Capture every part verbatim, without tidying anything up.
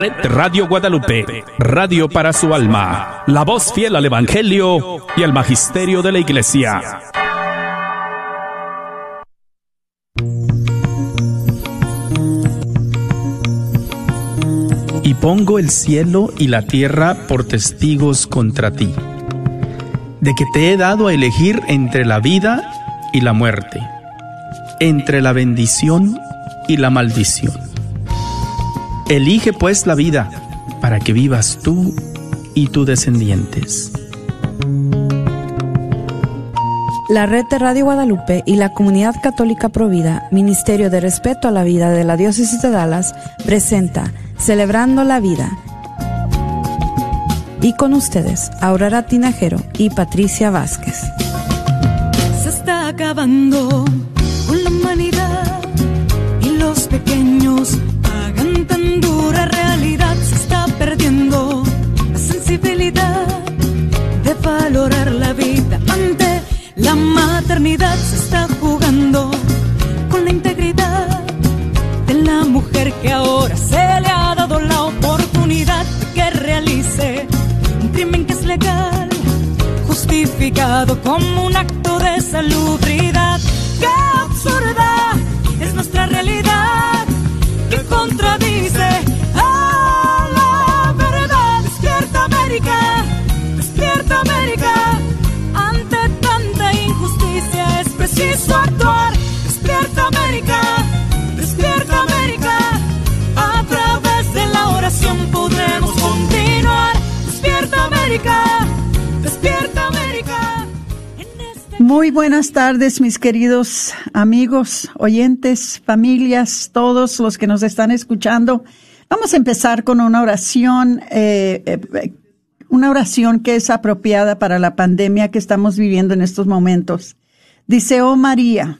Radio Guadalupe, radio para su alma, la voz fiel al Evangelio y al Magisterio de la Iglesia. Y pongo el cielo y la tierra por testigos contra ti, de que te he dado a elegir entre la vida y la muerte, entre la bendición y la maldición. Elige pues la vida, para que vivas tú y tus descendientes. La Red de Radio Guadalupe y la Comunidad Católica Provida, Ministerio de Respeto a la Vida de la Diócesis de Dallas, presenta Celebrando la Vida. Y con ustedes, Aurora Tinajero y Patricia Vázquez. Se está acabando con la humanidad y los pequeños pagan tan dura realidad. Se está perdiendo la sensibilidad de valorar la vida. Ante la maternidad se está jugando con la integridad de la mujer, que ahora se le ha dado la oportunidad de que realice un crimen que es legal, justificado como un acto de salubridad. ¡Qué absurda es nuestra realidad, que contradice a la verdad! ¡Despierta América! ¡Despierta América! Ante tanta injusticia es preciso actuar. ¡Despierta América! ¡Despierta América! A través de la oración podremos continuar. ¡Despierta América! ¡Despierta América! Este... Muy buenas tardes, mis queridos amigos, oyentes, familias, todos los que nos están escuchando. Vamos a empezar con una oración, eh, eh, una oración que es apropiada para la pandemia que estamos viviendo en estos momentos. Dice: oh María,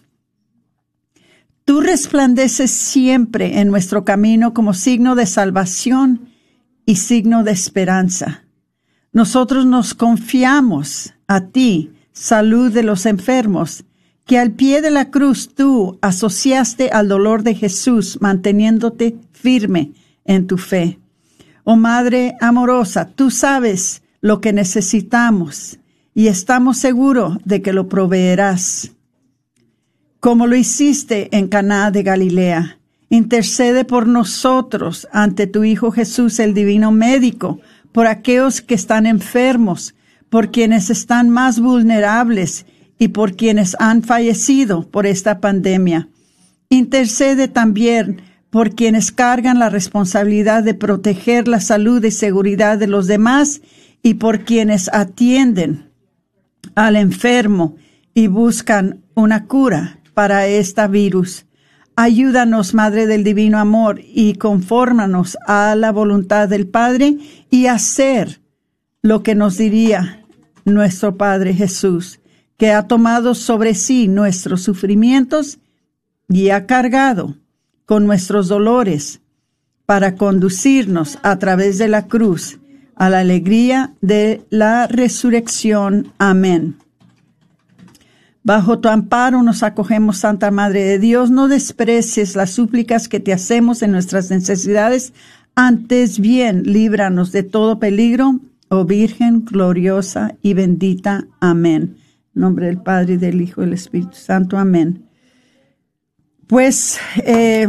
tú resplandeces siempre en nuestro camino como signo de salvación y signo de esperanza. Nosotros nos confiamos a ti, salud de los enfermos, que al pie de la cruz tú asociaste al dolor de Jesús, manteniéndote firme en tu fe. Oh Madre amorosa, tú sabes lo que necesitamos y estamos seguros de que lo proveerás. Como lo hiciste en Caná de Galilea, intercede por nosotros ante tu Hijo Jesús, el divino médico, por aquellos que están enfermos, por quienes están más vulnerables y por quienes han fallecido por esta pandemia. Intercede también por quienes cargan la responsabilidad de proteger la salud y seguridad de los demás y por quienes atienden al enfermo y buscan una cura para este virus. Ayúdanos, Madre del Divino Amor, y confórmanos a la voluntad del Padre y hacer lo que nos diría nuestro Padre Jesús, que ha tomado sobre sí nuestros sufrimientos y ha cargado con nuestros dolores para conducirnos a través de la cruz a la alegría de la resurrección. Amén. Bajo tu amparo nos acogemos, Santa Madre de Dios. No desprecies las súplicas que te hacemos en nuestras necesidades. Antes bien, líbranos de todo peligro, oh Virgen gloriosa y bendita. Amén. En nombre del Padre, y del Hijo y del Espíritu Santo. Amén. Pues, eh,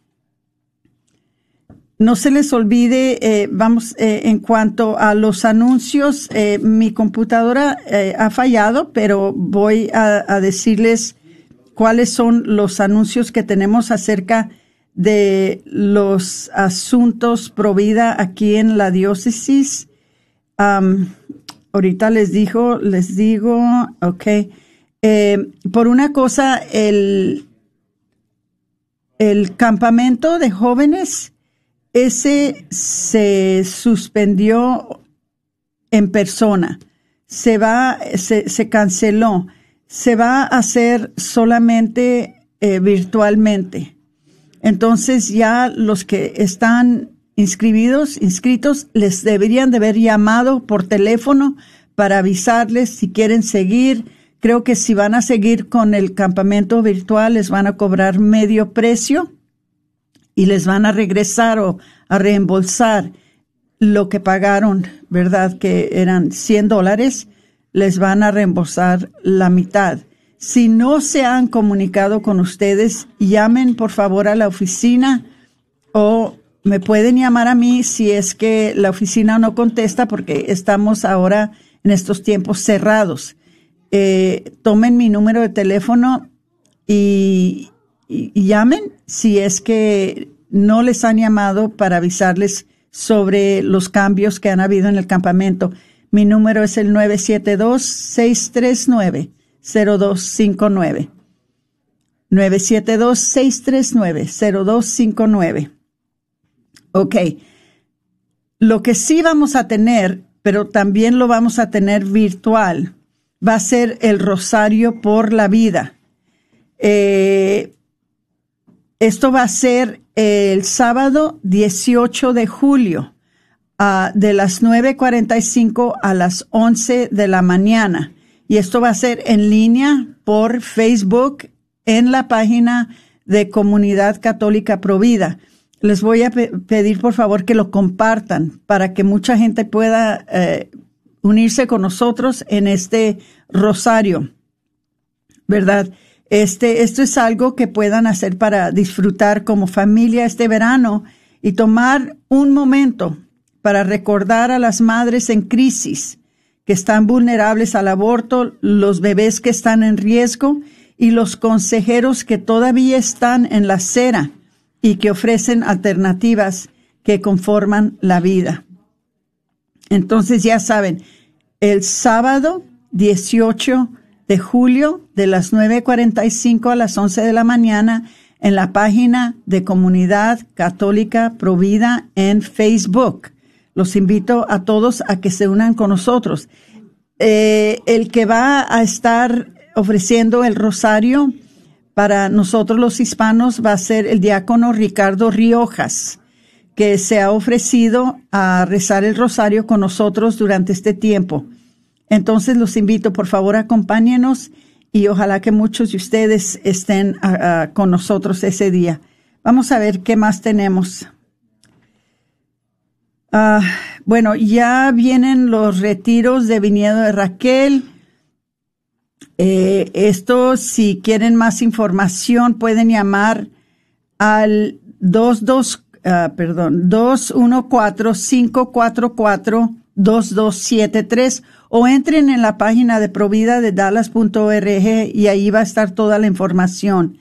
no se les olvide, eh, vamos, eh, en cuanto a los anuncios, eh, mi computadora eh, ha fallado, pero voy a, a decirles cuáles son los anuncios que tenemos acerca de los asuntos pro vida aquí en la diócesis. Um, ahorita les digo, les digo, ok. Eh, por una cosa, el, el campamento de jóvenes, ese se suspendió en persona, se va, se, se canceló, se va a hacer solamente eh, virtualmente. Entonces ya los que están inscribidos, inscritos, les deberían de haber llamado por teléfono para avisarles si quieren seguir. Creo que si van a seguir con el campamento virtual les van a cobrar medio precio y les van a regresar o a reembolsar lo que pagaron, ¿verdad? Que eran cien dólares, les van a reembolsar la mitad. Si no se han comunicado con ustedes, llamen por favor a la oficina o me pueden llamar a mí si es que la oficina no contesta, porque estamos ahora en estos tiempos cerrados. Eh, tomen mi número de teléfono y, y, y llamen si es que no les han llamado para avisarles sobre los cambios que han habido en el campamento. Mi número es el nueve siete dos, seis tres nueve, cero dos cinco nueve. nueve siete dos, seis tres nueve, cero dos cinco nueve. Ok. Lo que sí vamos a tener, pero también lo vamos a tener virtual, va a ser el Rosario por la Vida. Eh, esto va a ser el sábado dieciocho de julio, uh, de las nueve cuarenta y cinco a las once de la mañana. Y esto va a ser en línea por Facebook en la página de Comunidad Católica Provida. Les voy a pe- pedir por favor que lo compartan para que mucha gente pueda eh, unirse con nosotros en este rosario, ¿verdad? Este, esto es algo que puedan hacer para disfrutar como familia este verano y tomar un momento para recordar a las madres en crisis que están vulnerables al aborto, los bebés que están en riesgo y los consejeros que todavía están en la acera y que ofrecen alternativas que conforman la vida. Entonces ya saben, el sábado dieciocho de julio de las nueve cuarenta y cinco a las once de la mañana en la página de Comunidad Católica Provida en Facebook. Los invito a todos a que se unan con nosotros. Eh, el que va a estar ofreciendo el rosario para nosotros los hispanos va a ser el diácono Ricardo Riojas, que se ha ofrecido a rezar el rosario con nosotros durante este tiempo. Entonces los invito, por favor, acompáñenos y ojalá que muchos de ustedes estén uh, uh, con nosotros ese día. Vamos a ver qué más tenemos. Uh, bueno, ya vienen los retiros de Viñedo de Raquel. Eh, esto, si quieren más información, pueden llamar al dos dos, uh, perdón, dos uno cuatro, cinco cuatro cuatro, dos dos siete tres o entren en la página de provida de dallas punto org y ahí va a estar toda la información.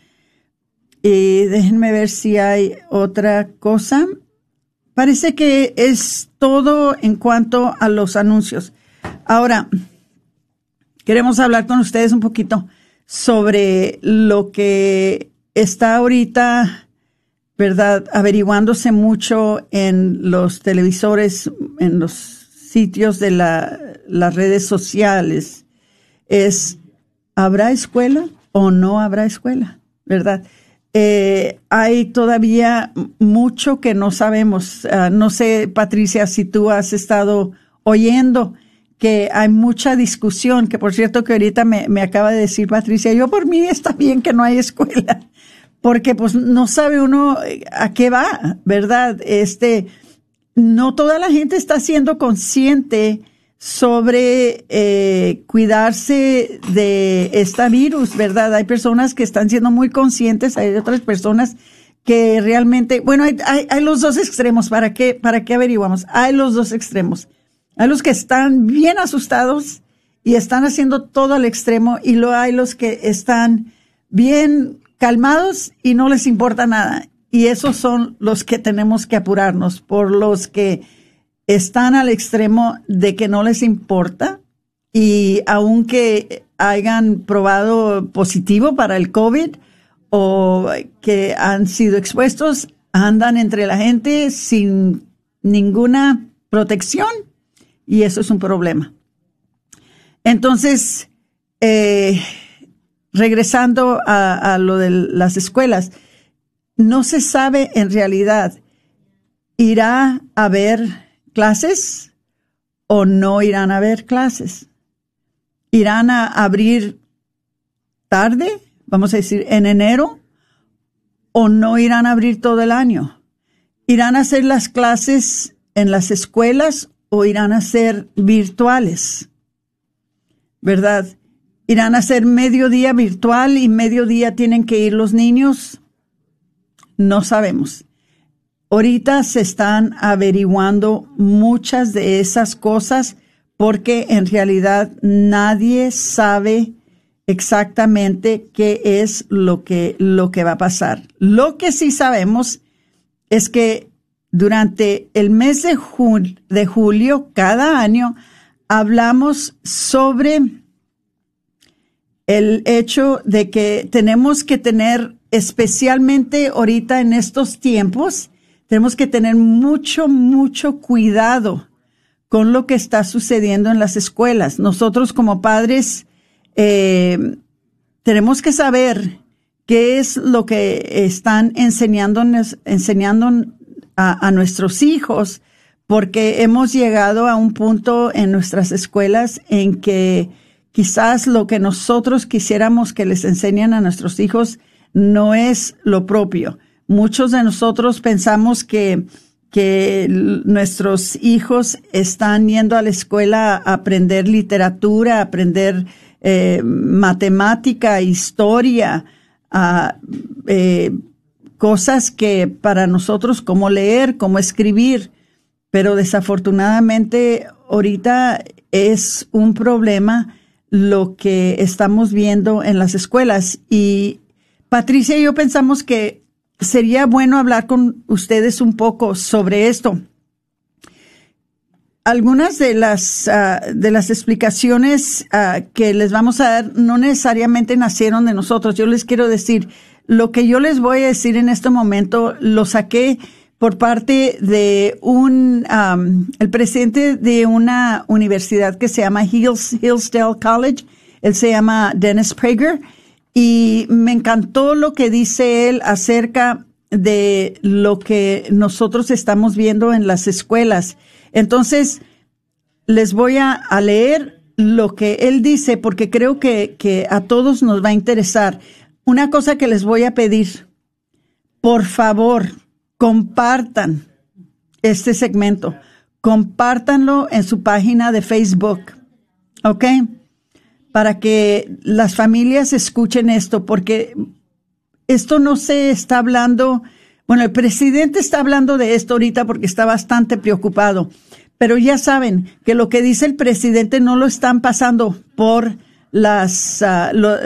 Y déjenme ver si hay otra cosa. Parece que es todo en cuanto a los anuncios. Ahora, queremos hablar con ustedes un poquito sobre lo que está ahorita, ¿verdad?, averiguándose mucho en los televisores, en los sitios de la, las redes sociales. Es, ¿habrá escuela o no habrá escuela? ¿Verdad? Eh, hay todavía mucho que no sabemos. Uh, no sé, Patricia, si tú has estado oyendo que hay mucha discusión, que por cierto que ahorita me, me acaba de decir Patricia, yo por mí está bien que no hay escuela, porque pues no sabe uno a qué va, ¿verdad? Este, no toda la gente está siendo consciente sobre eh, cuidarse de este virus, ¿verdad? Hay personas que están siendo muy conscientes, hay otras personas que realmente, bueno, hay, hay, hay los dos extremos. ¿Para qué, para qué averiguamos? Hay los dos extremos. Hay los que están bien asustados y están haciendo todo al extremo, y luego hay los que están bien calmados y no les importa nada. Y esos son los que tenemos que apurarnos, por los que están al extremo de que no les importa, y aunque hayan probado positivo para el COVID o que han sido expuestos, andan entre la gente sin ninguna protección, y eso es un problema. Entonces, eh, regresando a, a lo de las escuelas, no se sabe en realidad, ¿irá a haber clases o no irán a haber clases? ¿Irán a abrir tarde, vamos a decir en enero, o no irán a abrir todo el año? ¿Irán a hacer las clases en las escuelas o irán a ser virtuales? ¿Verdad? ¿Irán a ser mediodía virtual y mediodía tienen que ir los niños? No sabemos. Ahorita se están averiguando muchas de esas cosas porque en realidad nadie sabe exactamente qué es lo que, lo que va a pasar. Lo que sí sabemos es que durante el mes de, jul- de julio, cada año, hablamos sobre el hecho de que tenemos que tener, especialmente ahorita en estos tiempos, tenemos que tener mucho, mucho cuidado con lo que está sucediendo en las escuelas. Nosotros como padres eh, tenemos que saber qué es lo que están enseñando, enseñando a, a nuestros hijos, porque hemos llegado a un punto en nuestras escuelas en que quizás lo que nosotros quisiéramos que les enseñen a nuestros hijos no es lo propio. Muchos de nosotros pensamos que, que nuestros hijos están yendo a la escuela a aprender literatura, a aprender eh, matemática, historia, a, eh, cosas que para nosotros como leer, como escribir, pero desafortunadamente ahorita es un problema lo que estamos viendo en las escuelas. Y Patricia y yo pensamos que sería bueno hablar con ustedes un poco sobre esto. Algunas de las uh, de las explicaciones uh, que les vamos a dar no necesariamente nacieron de nosotros. Yo les quiero decir, lo que yo les voy a decir en este momento lo saqué por parte de un um, el presidente de una universidad que se llama Hills, Hillsdale College. Él se llama Dennis Prager y me encantó lo que dice él acerca de lo que nosotros estamos viendo en las escuelas. Entonces, les voy a, a leer lo que él dice porque creo que, que a todos nos va a interesar. Una cosa que les voy a pedir, por favor, compartan este segmento, compártanlo en su página de Facebook, ¿ok? Para que las familias escuchen esto, porque esto no se está hablando, bueno, el presidente está hablando de esto ahorita porque está bastante preocupado, pero ya saben que lo que dice el presidente no lo están pasando por las, uh, lo,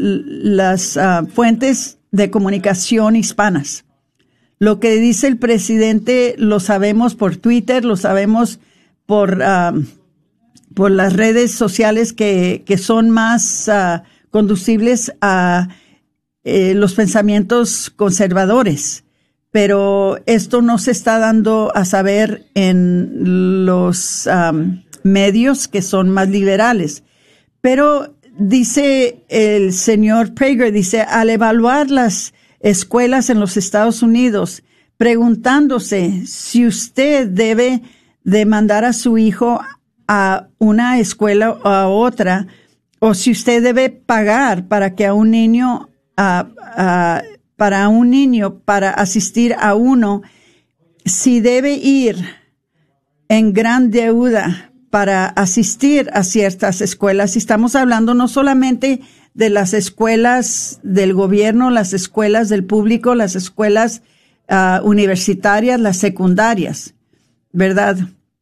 las uh, fuentes de comunicación hispanas. Lo que dice el presidente lo sabemos por Twitter, lo sabemos por, uh, por las redes sociales que, que son más uh, conducibles a eh, los pensamientos conservadores. Pero esto no se está dando a saber en los um, medios que son más liberales. Pero dice el señor Prager, dice, al evaluar las escuelas en los Estados Unidos, preguntándose si usted debe de mandar a su hijo a una escuela o a otra, o si usted debe pagar para que a un niño, a, a, para un niño, para asistir a uno, si debe ir en gran deuda para asistir a ciertas escuelas. Y estamos hablando no solamente de las escuelas del gobierno, las escuelas del público, las escuelas uh, universitarias, las secundarias, ¿verdad?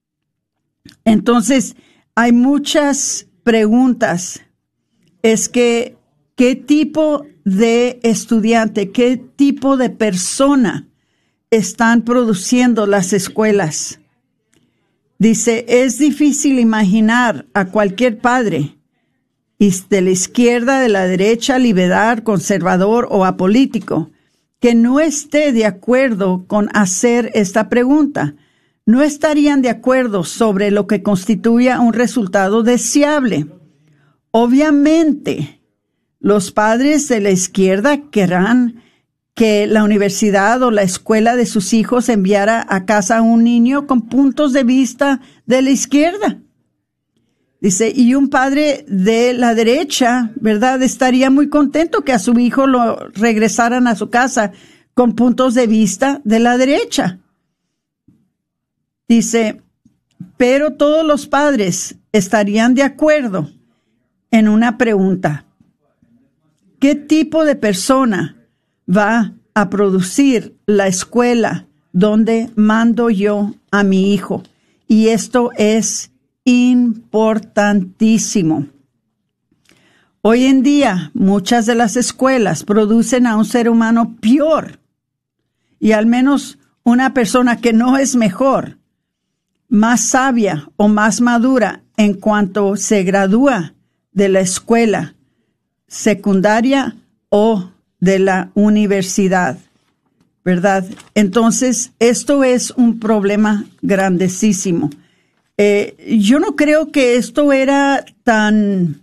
Entonces, hay muchas preguntas. Es que, ¿qué tipo de estudiante, qué tipo de persona están produciendo las escuelas? Dice, es difícil imaginar a cualquier padre, de la izquierda, de la derecha, liberal, conservador o apolítico, que no esté de acuerdo con hacer esta pregunta. No estarían de acuerdo sobre lo que constituya un resultado deseable. Obviamente, los padres de la izquierda querrán que la universidad o la escuela de sus hijos enviara a casa a un niño con puntos de vista de la izquierda. Dice, y un padre de la derecha, ¿verdad?, estaría muy contento que a su hijo lo regresaran a su casa con puntos de vista de la derecha. Dice, pero todos los padres estarían de acuerdo en una pregunta. ¿Qué tipo de persona va a producir la escuela donde mando yo a mi hijo? Y esto es importantísimo. Hoy en día, muchas de las escuelas producen a un ser humano peor y al menos una persona que no es mejor, más sabia o más madura en cuanto se gradúa de la escuela secundaria o de la universidad, ¿verdad? Entonces, esto es un problema grandísimo. Eh, yo no creo que esto era tan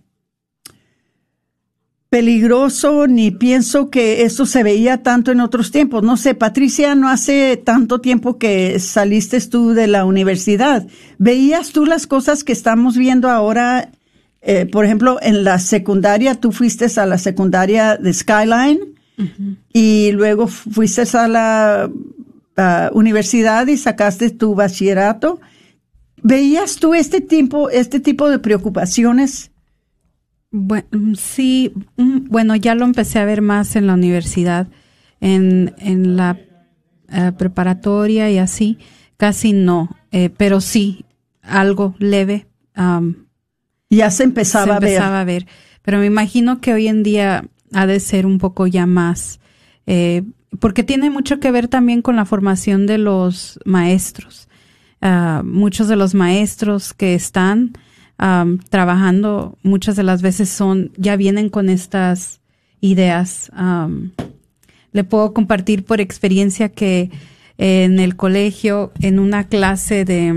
peligroso, ni pienso que esto se veía tanto en otros tiempos. No sé, Patricia, no hace tanto tiempo que saliste tú de la universidad. ¿Veías tú las cosas que estamos viendo ahora? Eh, por ejemplo, en la secundaria, tú fuiste a la secundaria de Skyline, uh-huh, y luego fuiste a la uh, universidad y sacaste tu bachillerato. ¿Veías tú este tipo, este tipo de preocupaciones? Bueno, sí, bueno, ya lo empecé a ver más en la universidad, en, en la uh, preparatoria y así, casi no, eh, pero sí, algo leve. Um, ya se empezaba, se empezaba a, ver. a ver, pero me imagino que hoy en día ha de ser un poco ya más, eh, porque tiene mucho que ver también con la formación de los maestros. Uh, muchos de los maestros que están Um, trabajando, muchas de las veces son, ya vienen con estas ideas. Um, le puedo compartir por experiencia que en el colegio, en una clase de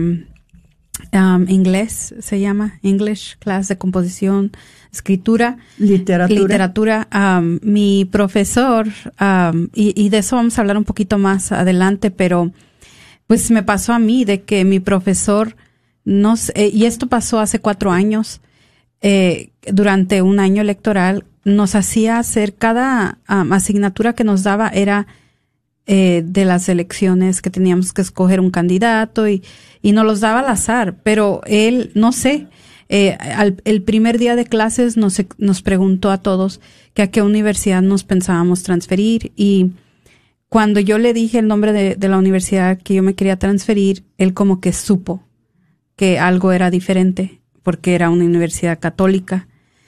um, inglés, se llama English, clase de composición, escritura, literatura, literatura um, mi profesor, um, y, y de eso vamos a hablar un poquito más adelante, pero pues me pasó a mí de que mi profesor Nos, eh, y esto pasó hace cuatro años, eh, durante un año electoral, nos hacía hacer cada um, asignatura que nos daba era eh, de las elecciones, que teníamos que escoger un candidato y, y nos los daba al azar, pero él, no sé, eh, al, el primer día de clases nos, nos preguntó a todos que a qué universidad nos pensábamos transferir, y cuando yo le dije el nombre de, de la universidad que yo me quería transferir, él como que supo que algo era diferente, porque era una universidad católica.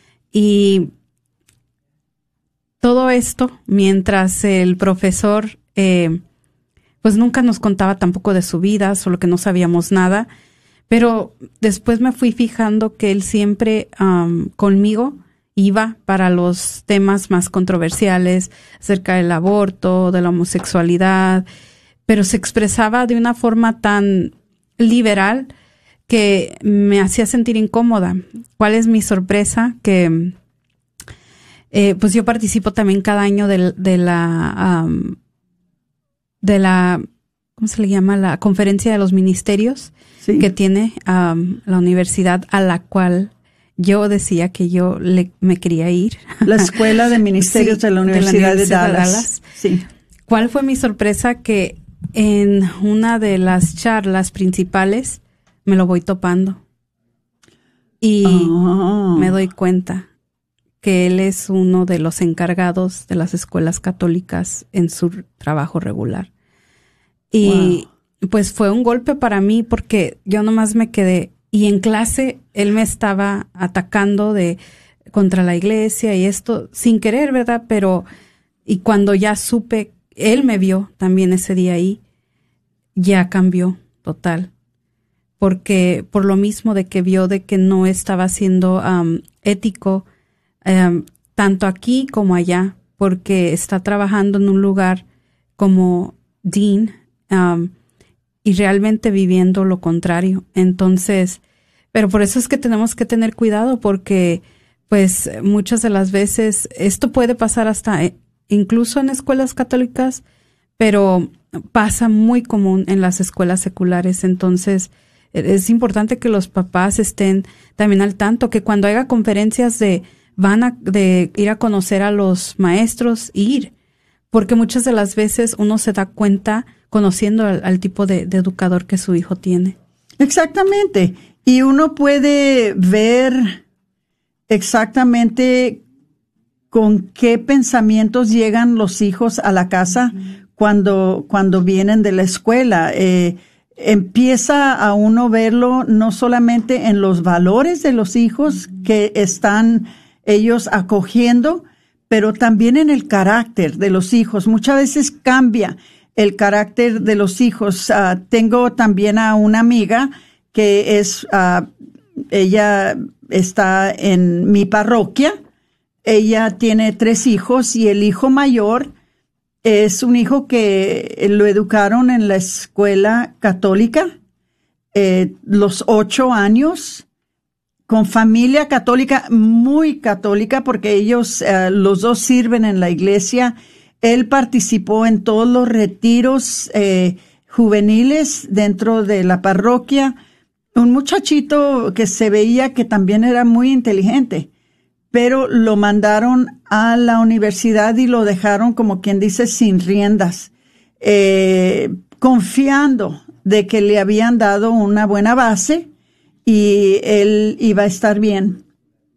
Y todo esto, mientras el profesor, eh, pues nunca nos contaba tampoco de su vida, solo que no sabíamos nada, pero después me fui fijando que él siempre um, conmigo iba para los temas más controversiales, acerca del aborto, de la homosexualidad, pero se expresaba de una forma tan liberal que me hacía sentir incómoda. ¿Cuál es mi sorpresa? Que eh, pues yo participo también cada año de, de la um, de la ¿cómo se le llama? La conferencia de los ministerios, sí, que tiene um, la universidad a la cual yo decía que yo le, me quería ir. La Escuela de Ministerios, sí, de la Universidad de, la Universidad de Dallas. De Dallas. Sí. ¿Cuál fue mi sorpresa? Que en una de las charlas principales me lo voy topando y oh. me doy cuenta que él es uno de los encargados de las escuelas católicas en su trabajo regular. Y wow. pues fue un golpe para mí, porque yo nomás me quedé, y en clase él me estaba atacando de contra la iglesia y esto sin querer, ¿verdad? Pero y cuando ya supe, él me vio también ese día ahí, ya cambió total. Porque por lo mismo de que vio de que no estaba siendo um, ético, um, tanto aquí como allá, porque está trabajando en un lugar como dean um, y realmente viviendo lo contrario. Entonces, pero por eso es que tenemos que tener cuidado, porque pues muchas de las veces esto puede pasar hasta eh, incluso en escuelas católicas, pero pasa muy común en las escuelas seculares. Entonces, es importante que los papás estén también al tanto, que cuando haya conferencias de van a de ir a conocer a los maestros, ir, porque muchas de las veces uno se da cuenta conociendo al, al tipo de, de educador que su hijo tiene. Exactamente. Y uno puede ver exactamente con qué pensamientos llegan los hijos a la casa uh-huh. cuando, cuando vienen de la escuela. Eh, empieza a uno verlo no solamente en los valores de los hijos uh-huh. que están ellos acogiendo, pero también en el carácter de los hijos. Muchas veces cambia el carácter de los hijos. Uh, tengo también a una amiga que es, uh, ella está en mi parroquia. Ella tiene tres hijos y el hijo mayor es un hijo que lo educaron en la escuela católica, eh, los ocho años, con familia católica, muy católica, porque ellos, eh, los dos sirven en la iglesia. Él participó en todos los retiros eh, juveniles dentro de la parroquia. Un muchachito que se veía que también era muy inteligente, pero lo mandaron a la universidad y lo dejaron, como quien dice, sin riendas, eh, confiando de que le habían dado una buena base y él iba a estar bien.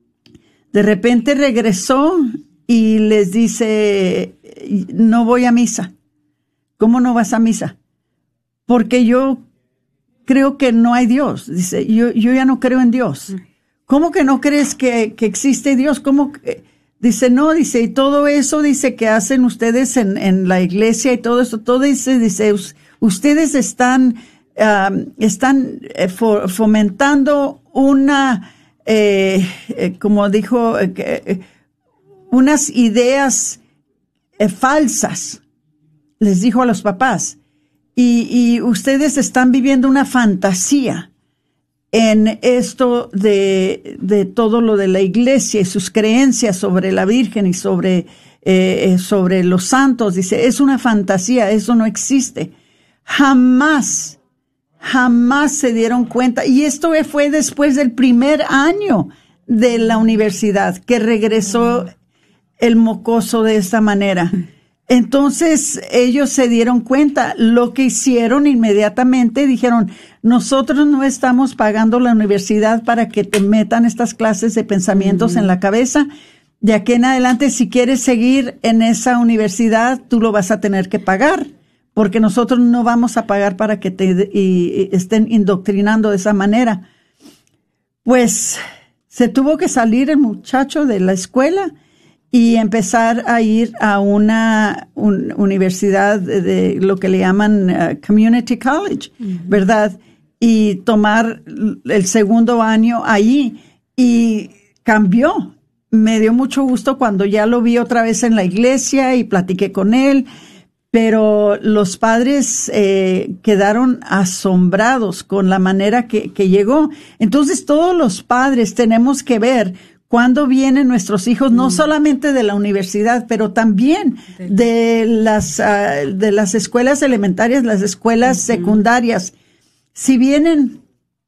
De repente regresó y les dice, no voy a misa. ¿Cómo no vas a misa? Porque yo creo que no hay Dios. Dice, yo, yo ya no creo en Dios. ¿Cómo que no crees que, que existe Dios? ¿Cómo que? Dice, no, dice, y todo eso, dice, que hacen ustedes en, en la iglesia y todo eso, todo dice, dice, ustedes están, um, están fomentando una, eh, eh, como dijo, eh, unas ideas eh, falsas, les dijo a los papás, y, y ustedes están viviendo una fantasía en esto de, de todo lo de la iglesia y sus creencias sobre la Virgen y sobre, eh, sobre los santos. Dice, es una fantasía, eso no existe. Jamás, jamás se dieron cuenta. Y esto fue después del primer año de la universidad que regresó el mocoso de esta manera. Entonces ellos se dieron cuenta. Lo que hicieron inmediatamente, dijeron, nosotros no estamos pagando la universidad para que te metan estas clases de pensamientos uh-huh. en la cabeza. De aquí en adelante, si quieres seguir en esa universidad, tú lo vas a tener que pagar, porque nosotros no vamos a pagar para que te y, y estén indoctrinando de esa manera. Pues se tuvo que salir el muchacho de la escuela y empezar a ir a una un, universidad de, de lo que le llaman uh, community college, uh-huh. ¿verdad? Y tomar el segundo año ahí, y cambió. Me dio mucho gusto cuando ya lo vi otra vez en la iglesia y platiqué con él, pero los padres eh, quedaron asombrados con la manera que, que llegó. Entonces todos los padres tenemos que ver cuándo vienen nuestros hijos, no mm. solamente de la universidad, pero también de las, uh, de las escuelas elementarias, las escuelas mm-hmm. secundarias. Si vienen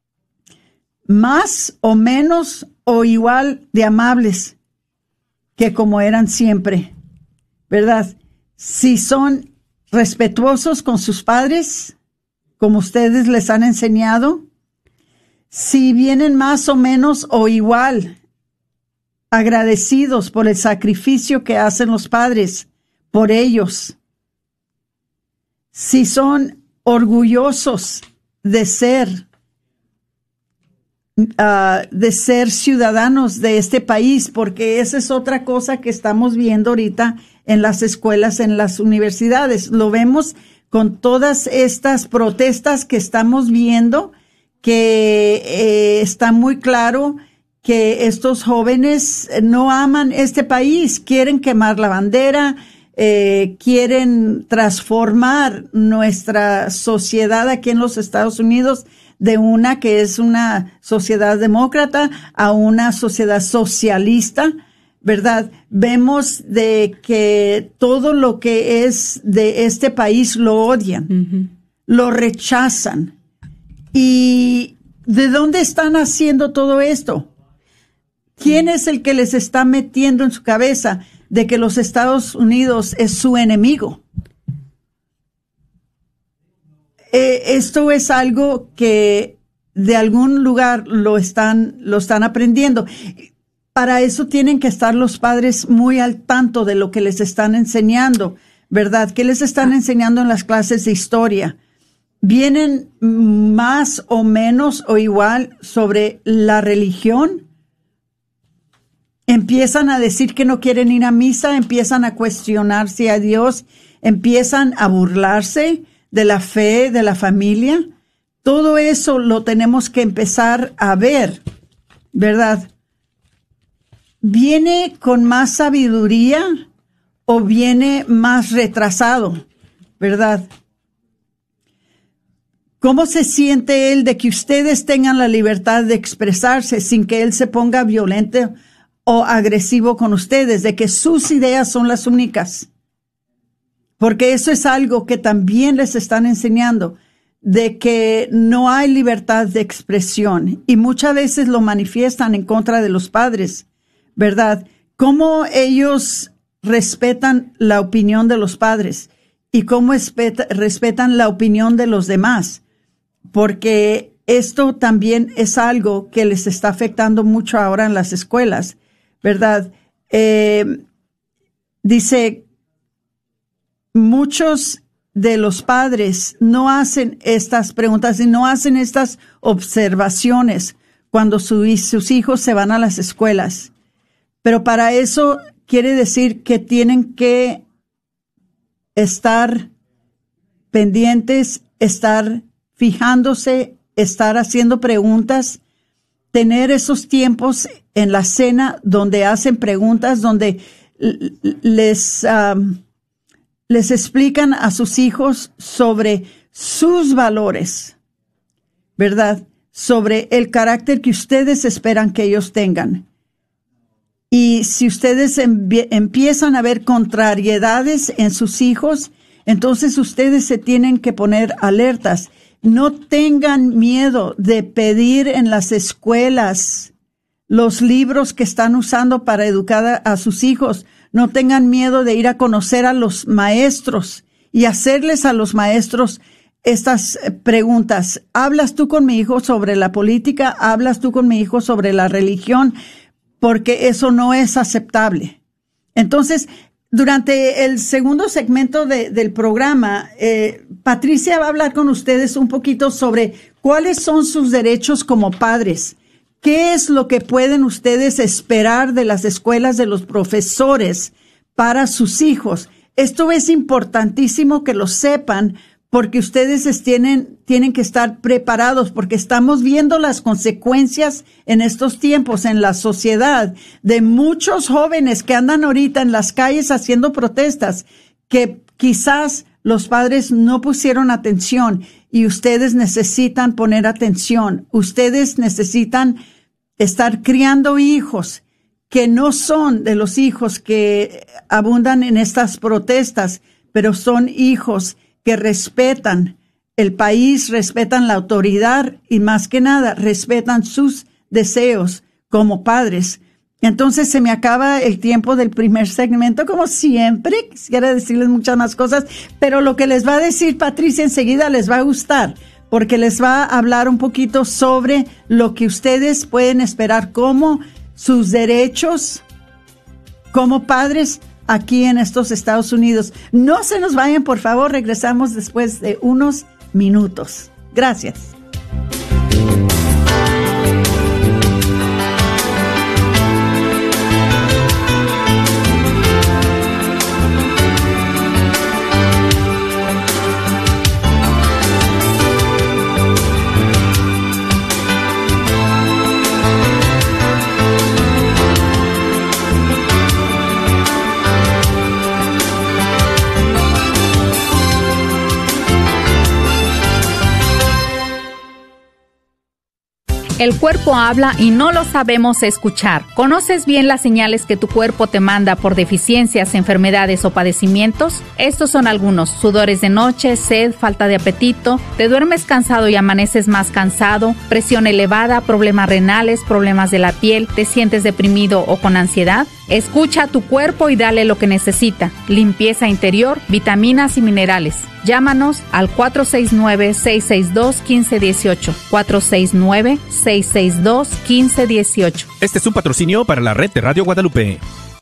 más o menos o igual de amables que como eran siempre, ¿verdad? Si son respetuosos con sus padres, como ustedes les han enseñado, si vienen más o menos o igual agradecidos por el sacrificio que hacen los padres por ellos, si son orgullosos de ser, uh, de ser ciudadanos de este país, porque esa es otra cosa que estamos viendo ahorita en las escuelas, en las universidades. Lo vemos con todas estas protestas que estamos viendo, que eh, está muy claro que estos jóvenes no aman este país, quieren quemar la bandera, eh, quieren transformar nuestra sociedad aquí en los Estados Unidos de una que es una sociedad demócrata a una sociedad socialista, ¿verdad? Vemos de que todo lo que es de este país lo odian, uh-huh. lo rechazan. ¿Y de dónde están haciendo todo esto? ¿Quién es el que les está metiendo en su cabeza de que los Estados Unidos es su enemigo? eh, esto es algo que de algún lugar lo están, lo están aprendiendo. Para eso tienen que estar los padres muy al tanto de lo que les están enseñando, ¿verdad? ¿Qué les están enseñando en las clases de historia? ¿Vienen más o menos o igual sobre la religión? Empiezan a decir que no quieren ir a misa, empiezan a cuestionarse a Dios, empiezan a burlarse de la fe, de la familia. Todo eso lo tenemos que empezar a ver, ¿verdad? ¿Viene con más sabiduría o viene más retrasado, verdad? ¿Cómo se siente él de que ustedes tengan la libertad de expresarse sin que él se ponga violento o agresivo con ustedes, de que sus ideas son las únicas? Porque eso es algo que también les están enseñando, de que no hay libertad de expresión y muchas veces lo manifiestan en contra de los padres, ¿verdad? ¿Cómo ellos respetan la opinión de los padres y cómo respeta, respetan la opinión de los demás? Porque esto también es algo que les está afectando mucho ahora en las escuelas, ¿verdad? Eh, dice, muchos de los padres no hacen estas preguntas y no hacen estas observaciones cuando su, sus hijos se van a las escuelas. Pero para eso quiere decir que tienen que estar pendientes, estar fijándose, estar haciendo preguntas, tener esos tiempos en la cena donde hacen preguntas, donde les, um, les explican a sus hijos sobre sus valores, ¿verdad? Sobre el carácter que ustedes esperan que ellos tengan. Y si ustedes empiezan a ver contrariedades en sus hijos, entonces ustedes se tienen que poner alertas. No tengan miedo de pedir en las escuelas los libros que están usando para educar a, a sus hijos. No tengan miedo de ir a conocer a los maestros y hacerles a los maestros estas preguntas. ¿Hablas tú con mi hijo sobre la política? ¿Hablas tú con mi hijo sobre la religión? Porque eso no es aceptable. Entonces, durante el segundo segmento de, del programa, eh, Patricia va a hablar con ustedes un poquito sobre cuáles son sus derechos como padres. ¿Qué es lo que pueden ustedes esperar de las escuelas, de los profesores para sus hijos? Esto es importantísimo que lo sepan, porque ustedes tienen, tienen que estar preparados, porque estamos viendo las consecuencias en estos tiempos en la sociedad de muchos jóvenes que andan ahorita en las calles haciendo protestas, que quizás los padres no pusieron atención y ustedes necesitan poner atención. Ustedes necesitan estar criando hijos que no son de los hijos que abundan en estas protestas, pero son hijos que respetan el país, respetan la autoridad y más que nada respetan sus deseos como padres. Entonces se me acaba el tiempo del primer segmento, como siempre. Quisiera decirles muchas más cosas, pero lo que les va a decir Patricia enseguida les va a gustar, porque les va a hablar un poquito sobre lo que ustedes pueden esperar como sus derechos como padres aquí en estos Estados Unidos. No se nos vayan, por favor. Regresamos después de unos minutos. Gracias. El cuerpo habla y no lo sabemos escuchar. ¿Conoces bien las señales que tu cuerpo te manda por deficiencias, enfermedades o padecimientos? Estos son algunos: sudores de noche, sed, falta de apetito, te duermes cansado y amaneces más cansado, presión elevada, problemas renales, problemas de la piel, te sientes deprimido o con ansiedad. Escucha a tu cuerpo y dale lo que necesita. Limpieza interior, vitaminas y minerales. Llámanos al cuatro seis nueve, seis seis dos, uno cinco uno ocho. cuatro seis nueve, seis seis dos, uno cinco uno ocho. Este es un patrocinio para la red de Radio Guadalupe.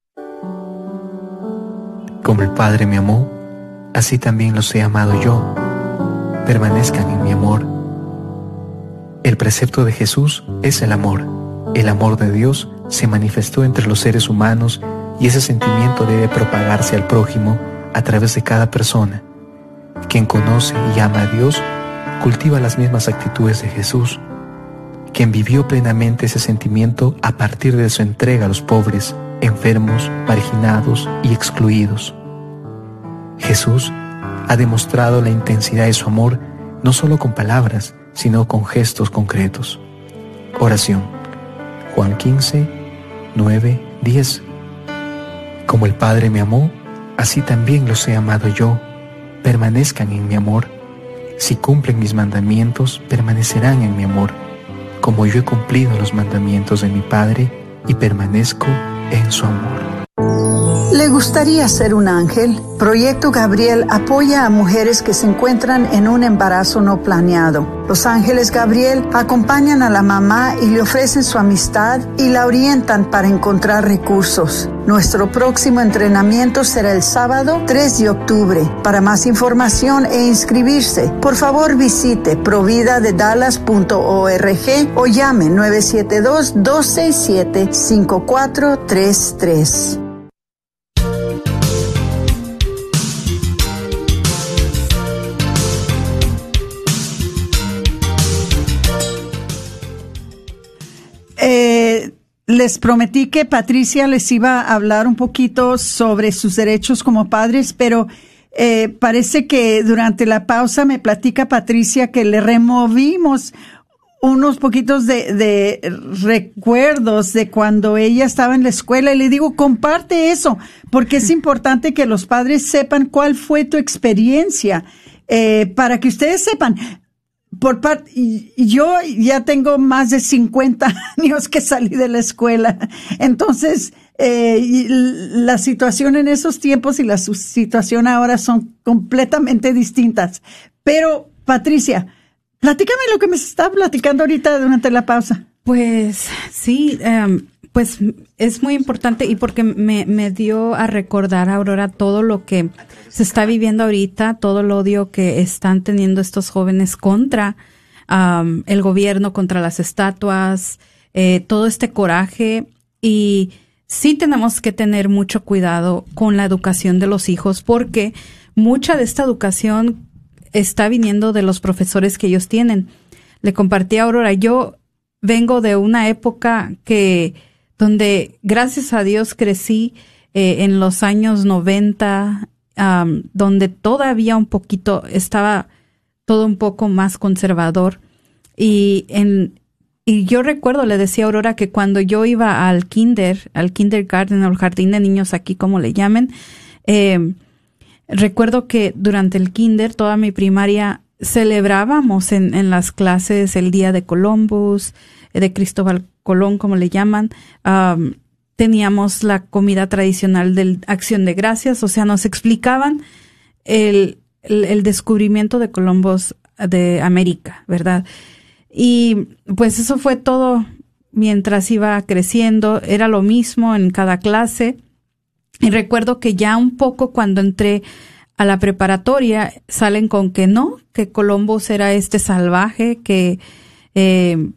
Como el Padre me amó, así también los he amado yo. Permanezcan en mi amor. El precepto de Jesús es el amor. El amor de Dios se manifestó entre los seres humanos y ese sentimiento debe propagarse al prójimo a través de cada persona. Quien conoce y ama a Dios cultiva las mismas actitudes de Jesús. Quien vivió plenamente ese sentimiento a partir de su entrega a los pobres, enfermos, marginados y excluidos. Jesús ha demostrado la intensidad de su amor no solo con palabras, sino con gestos concretos. Oración. Juan quince, nueve, diez. Como el Padre me amó, así también los he amado yo. Permanezcan en mi amor. Si cumplen mis mandamientos, permanecerán en mi amor, como yo he cumplido los mandamientos de mi Padre y permanezco en su amor. ¿Le gustaría ser un ángel? Proyecto Gabriel apoya a mujeres que se encuentran en un embarazo no planeado. Los Ángeles Gabriel acompañan a la mamá y le ofrecen su amistad y la orientan para encontrar recursos. Nuestro próximo entrenamiento será el sábado tres de octubre. Para más información e inscribirse, por favor visite provida de dallas punto org o llame nueve siete dos, dos seis siete, cinco cuatro tres tres. Eh, les prometí que Patricia les iba a hablar un poquito sobre sus derechos como padres, pero eh, parece que durante la pausa me platica Patricia que le removimos unos poquitos de, de recuerdos de cuando ella estaba en la escuela, y le digo, comparte eso, porque es importante que los padres sepan cuál fue tu experiencia, eh, para que ustedes sepan. Por parte, yo ya tengo más de cincuenta años que salí de la escuela, entonces eh, la situación en esos tiempos y la situación ahora son completamente distintas. Pero, Patricia, platícame lo que me está platicando ahorita durante la pausa. Pues sí, um, pues es muy importante, y porque me, me dio a recordar, Aurora, todo lo que se está viviendo ahorita, todo el odio que están teniendo estos jóvenes contra um, el gobierno, contra las estatuas, eh, todo este coraje. Y sí tenemos que tener mucho cuidado con la educación de los hijos, porque mucha de esta educación está viniendo de los profesores que ellos tienen. Le compartí a Aurora, yo vengo de una época que donde, gracias a Dios, crecí eh, en los años noventa, um, donde todavía un poquito estaba todo un poco más conservador. Y en y yo recuerdo, le decía a Aurora, que cuando yo iba al kinder, al kindergarten, al jardín de niños aquí, como le llamen, eh, recuerdo que durante el kinder, toda mi primaria, celebrábamos en, en las clases el Día de Columbus, de Cristóbal Colón, como le llaman. Um, teníamos la comida tradicional de Acción de Gracias, o sea, nos explicaban el, el, el descubrimiento de Columbus de América, ¿verdad? Y pues eso fue todo mientras iba creciendo, era lo mismo en cada clase. Y recuerdo que ya un poco cuando entré a la preparatoria salen con que no, que Columbus era este salvaje que eh,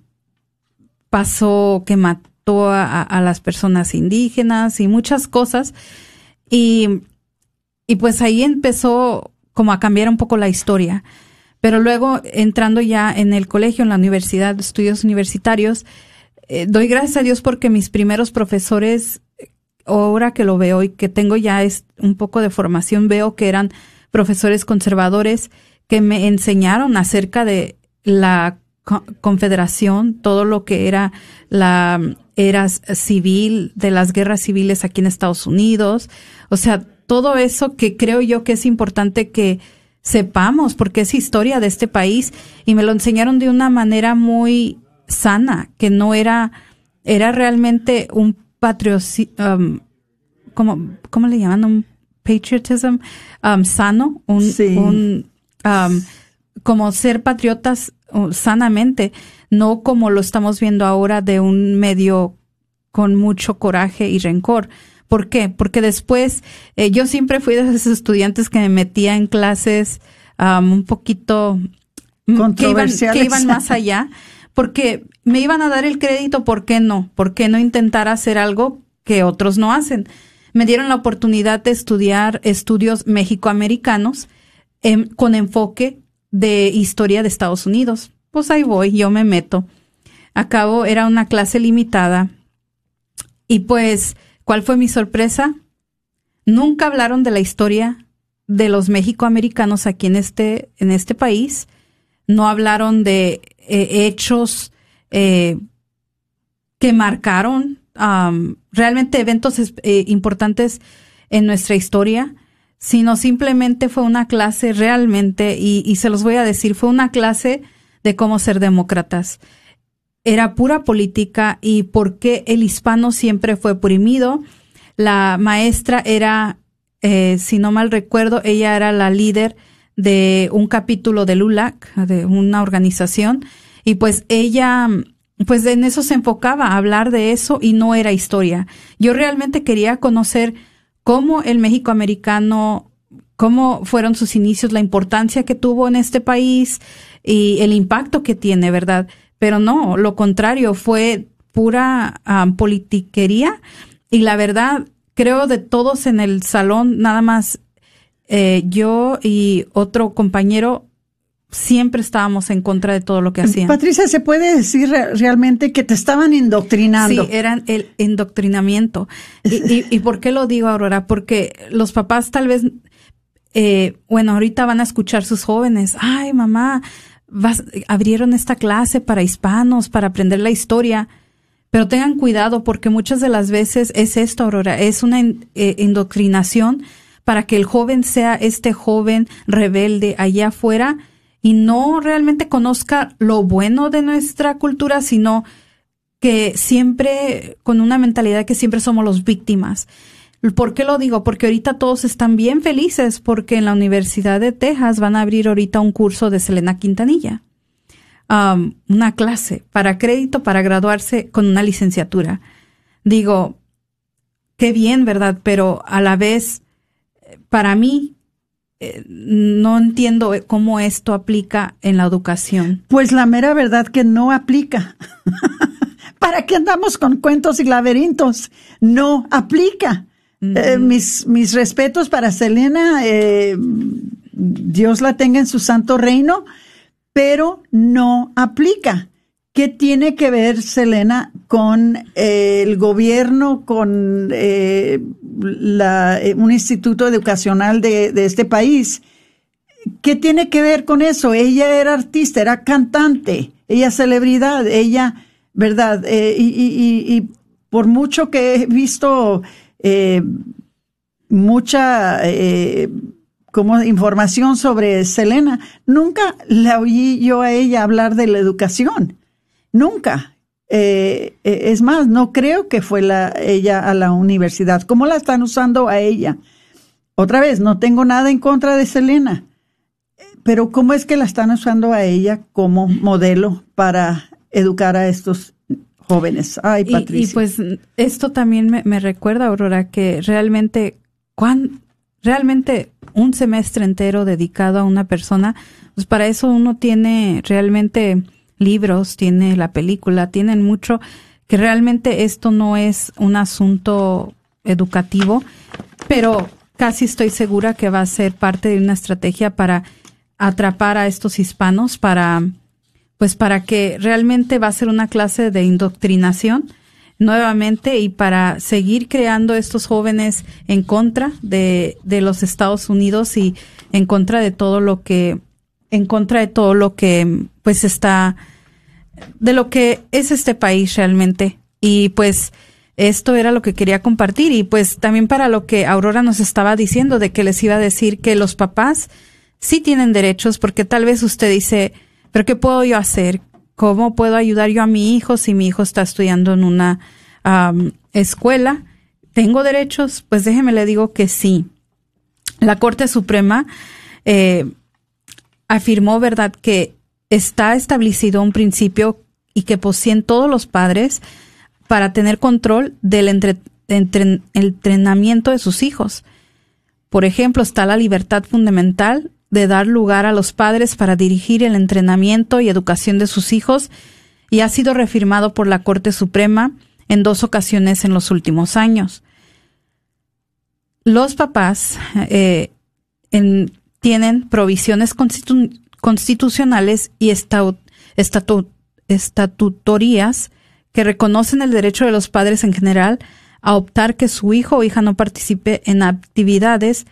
pasó, que mató a, a las personas indígenas y muchas cosas. Y, y pues ahí empezó como a cambiar un poco la historia. Pero luego, entrando ya en el colegio, en la universidad, estudios universitarios, eh, doy gracias a Dios porque mis primeros profesores, ahora que lo veo y que tengo ya es un poco de formación, veo que eran profesores conservadores que me enseñaron acerca de la co- confederación, todo lo que era la era civil, de las guerras civiles aquí en Estados Unidos. O sea, todo eso que creo yo que es importante que sepamos, porque es historia de este país, y me lo enseñaron de una manera muy sana, que no era, era realmente un patriotismo, um, como, ¿cómo le llaman? Un patriotism um, sano, un, sí. un um, como ser patriotas uh, sanamente, no como lo estamos viendo ahora de un medio con mucho coraje y rencor. ¿Por qué? Porque después eh, yo siempre fui de esos estudiantes que me metía en clases um, un poquito controversiales, que iban, que iban más allá, porque me iban a dar el crédito. ¿Por qué no? ¿Por qué no intentar hacer algo que otros no hacen? Me dieron la oportunidad de estudiar estudios mexicoamericanos eh, con enfoque de historia de Estados Unidos. Pues ahí voy, yo me meto. Acabo, era una clase limitada. Y pues, ¿cuál fue mi sorpresa? Nunca hablaron de la historia de los mexicoamericanos aquí en este, en este país. No hablaron de eh, hechos eh, que marcaron Um, realmente eventos eh, importantes en nuestra historia, sino simplemente fue una clase realmente, y, y se los voy a decir, fue una clase de cómo ser demócratas. Era pura política y por qué el hispano siempre fue oprimido. La maestra era, eh, si no mal recuerdo, ella era la líder de un capítulo del U L A C, de una organización, y pues ella... pues en eso se enfocaba, a hablar de eso, y no era historia. Yo realmente quería conocer cómo el mexicoamericano, cómo fueron sus inicios, la importancia que tuvo en este país y el impacto que tiene, ¿verdad? Pero no, lo contrario, fue pura um, politiquería, y la verdad, creo de todos en el salón, nada más eh, yo y otro compañero siempre estábamos en contra de todo lo que hacían. Patricia, ¿se puede decir re- realmente que te estaban indoctrinando? Sí, eran el indoctrinamiento. ¿Y, y, y por qué lo digo, Aurora? Porque los papás tal vez, eh, bueno, ahorita van a escuchar sus jóvenes. Ay, mamá, vas, abrieron esta clase para hispanos, para aprender la historia. Pero tengan cuidado, porque muchas de las veces es esto, Aurora, es una eh, indoctrinación para que el joven sea este joven rebelde allá afuera y no realmente conozca lo bueno de nuestra cultura, sino que siempre, con una mentalidad que siempre somos los víctimas. ¿Por qué lo digo? Porque ahorita todos están bien felices porque en la Universidad de Texas van a abrir ahorita un curso de Selena Quintanilla. Um, una clase para crédito para graduarse con una licenciatura. Digo, qué bien, ¿verdad? Pero a la vez, para mí, eh, no entiendo cómo esto aplica en la educación. Pues la mera verdad que no aplica. ¿Para qué andamos con cuentos y laberintos? No aplica. Mm. Eh, mis, mis respetos para Selena, eh, Dios la tenga en su santo reino, pero no aplica. ¿Qué tiene que ver Selena con eh, el gobierno, con eh, la, eh, un instituto educacional de, de este país? ¿Qué tiene que ver con eso? Ella era artista, era cantante, ella celebridad, ella, ¿verdad? Eh, y, y, y por mucho que he visto eh, mucha... Eh, como información sobre Selena, nunca la oí yo a ella hablar de la educación. Nunca. Eh, es más, no creo que fue la, ella a la universidad. ¿Cómo la están usando a ella? Otra vez, no tengo nada en contra de Selena, pero ¿cómo es que la están usando a ella como modelo para educar a estos jóvenes? Ay, Patricia. Y, y pues esto también me, me recuerda, Aurora, que realmente, cuán, realmente un semestre entero dedicado a una persona, pues para eso uno tiene realmente libros, tiene la película, tienen mucho, que realmente esto no es un asunto educativo, pero casi estoy segura que va a ser parte de una estrategia para atrapar a estos hispanos, para, pues para que realmente va a ser una clase de indoctrinación nuevamente y para seguir creando estos jóvenes en contra de, de los Estados Unidos y en contra de todo lo que, en contra de todo lo que, pues está, de lo que es este país realmente. Y pues esto era lo que quería compartir y pues también para lo que Aurora nos estaba diciendo de que les iba a decir que los papás sí tienen derechos porque tal vez usted dice, pero ¿qué puedo yo hacer? ¿Cómo puedo ayudar yo a mi hijo si mi hijo está estudiando en una um, escuela? ¿tengo derechos? Pues déjeme le digo que sí. La Corte Suprema eh, afirmó, ¿verdad?, que está establecido un principio y que poseen todos los padres para tener control del entre, entre, entrenamiento de sus hijos. Por ejemplo, está la libertad fundamental de dar lugar a los padres para dirigir el entrenamiento y educación de sus hijos, y ha sido reafirmado por la Corte Suprema en dos ocasiones en los últimos años. Los papás eh, en, tienen provisiones constitu- constitucionales y estatu- estatu- estatutorias que reconocen el derecho de los padres en general a optar que su hijo o hija no participe en actividades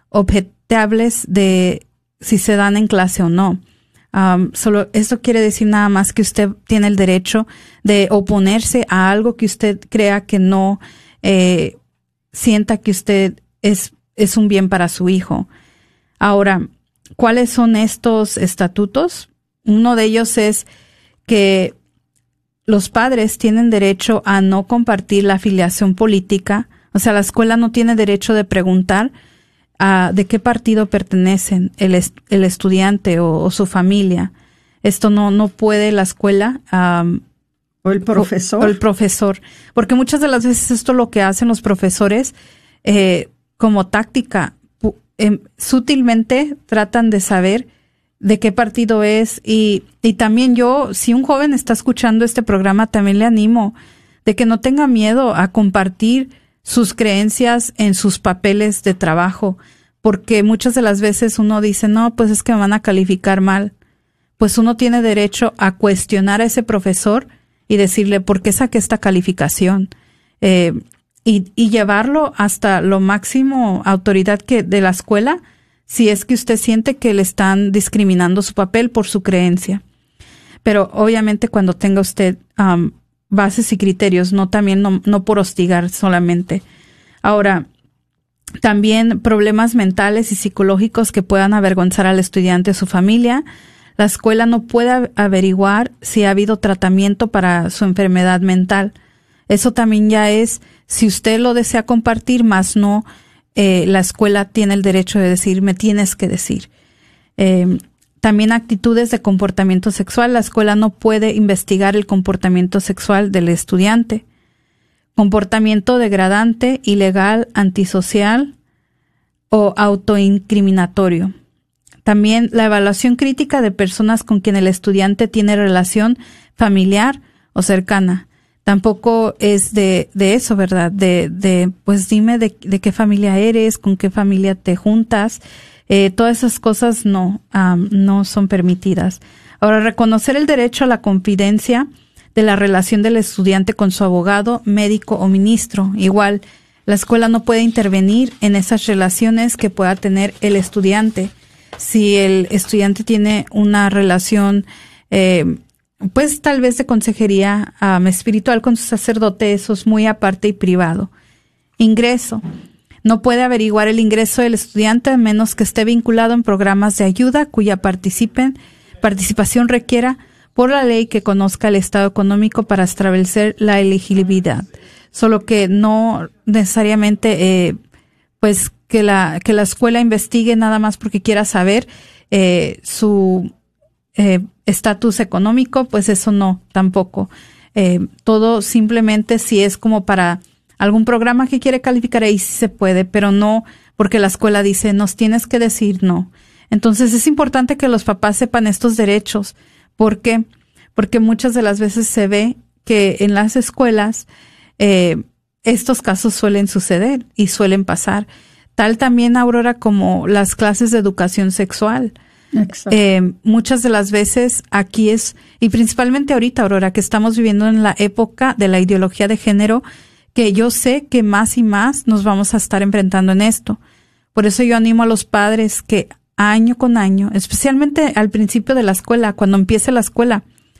objetables de si se dan en clase o no. Um, solo esto quiere decir nada más que usted tiene el derecho de oponerse a algo que usted crea que no eh, sienta que usted es, es un bien para su hijo. Ahora, ¿cuáles son estos estatutos? Uno de ellos es que los padres tienen derecho a no compartir la afiliación política. O sea, la escuela no tiene derecho de preguntar uh, de qué partido pertenecen el, est- el estudiante o, o su familia. Esto no, no puede la escuela. Um, o el profesor. O, o el profesor. Porque muchas de las veces esto es lo que hacen los profesores eh, como táctica. Pu- eh, sutilmente tratan de saber de qué partido es, y, y también yo, si un joven está escuchando este programa, también le animo de que no tenga miedo a compartir sus creencias en sus papeles de trabajo, porque muchas de las veces uno dice, no, pues es que me van a calificar mal. Pues uno tiene derecho a cuestionar a ese profesor y decirle, ¿por qué saqué esta calificación? Eh, y, y llevarlo hasta lo máximo autoridad que de la escuela, si es que usted siente que le están discriminando su papel por su creencia. Pero obviamente cuando tenga usted um, bases y criterios, no también no, no por hostigar solamente. Ahora, también problemas mentales y psicológicos que puedan avergonzar al estudiante o su familia. La escuela no puede averiguar si ha habido tratamiento para su enfermedad mental. Eso también ya es, si usted lo desea compartir, más no Eh, la escuela tiene el derecho de decir, me tienes que decir. Eh, también actitudes de comportamiento sexual. La escuela no puede investigar el comportamiento sexual del estudiante. Comportamiento degradante, ilegal, antisocial o autoincriminatorio. También la evaluación crítica de personas con quien el estudiante tiene relación familiar o cercana. Tampoco es de, de eso, ¿verdad? De, de, pues dime de, de qué familia eres, con qué familia te juntas. Eh, todas esas cosas no, um, no son permitidas. Ahora, reconocer el derecho a la confidencia de la relación del estudiante con su abogado, médico o ministro. Igual, la escuela no puede intervenir en esas relaciones que pueda tener el estudiante. Si el estudiante tiene una relación, eh, pues tal vez de consejería um, espiritual con su sacerdote, eso es muy aparte y privado. Ingreso. No puede averiguar el ingreso del estudiante a menos que esté vinculado en programas de ayuda cuya participen, participación requiera por la ley que conozca el estado económico para establecer la elegibilidad. Solo que no necesariamente eh, pues que la, que la escuela investigue nada más porque quiera saber eh, su eh, estatus económico, pues eso no, tampoco. Eh, todo simplemente si es como para algún programa que quiere calificar, ahí sí se puede, pero no porque la escuela dice, nos tienes que decir no. Entonces es importante que los papás sepan estos derechos. ¿Por qué? Porque muchas de las veces se ve que en las escuelas eh, estos casos suelen suceder y suelen pasar. Tal también, Aurora, como las clases de educación sexual. Eh, muchas de las veces aquí es, y principalmente ahorita, Aurora, que estamos viviendo en la época de la ideología de género, que yo sé que más y más nos vamos a estar enfrentando en esto. Por eso yo animo a los padres que año con año, especialmente al principio de la escuela, cuando empiece la escuela,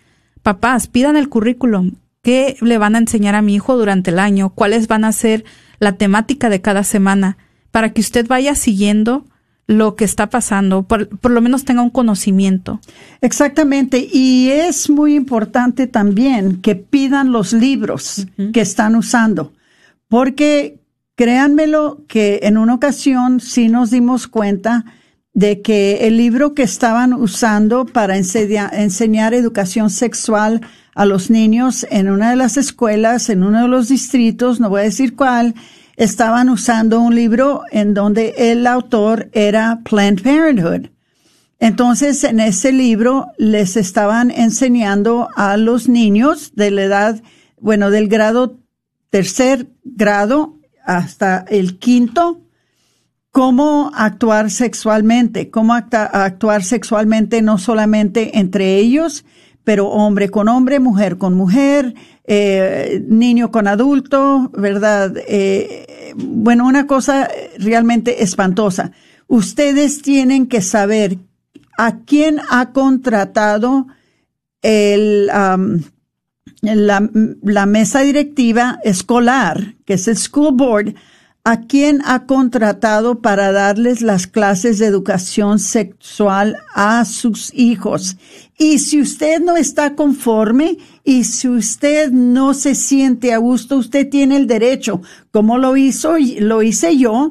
papás, pidan el currículum. ¿Qué le van a enseñar a mi hijo durante el año? ¿Cuáles van a ser la temática de cada semana? Para que usted vaya siguiendo lo que está pasando, por, por lo menos tenga un conocimiento. Exactamente, y es muy importante también que pidan los libros uh-huh. que están usando, porque créanmelo que en una ocasión sí nos dimos cuenta de que el libro que estaban usando para enseñar, enseñar educación sexual a los niños en una de las escuelas, en uno de los distritos, no voy a decir cuál, estaban usando un libro en donde el autor era Planned Parenthood. Entonces, en ese libro les estaban enseñando a los niños de la edad, bueno, del grado tercer grado hasta el quinto, cómo actuar sexualmente, cómo acta, actuar sexualmente no solamente entre ellos, pero hombre con hombre, mujer con mujer, eh, niño con adulto, ¿verdad? Eh, bueno, una cosa realmente espantosa. Ustedes tienen que saber a quién ha contratado el, um, la, la mesa directiva escolar, que es el school board, a quién ha contratado para darles las clases de educación sexual a sus hijos. Y si usted no está conforme y si usted no se siente a gusto, usted tiene el derecho, como lo hizo, lo hice yo,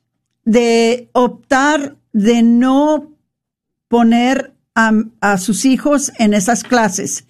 de optar de no poner a, a sus hijos en esas clases.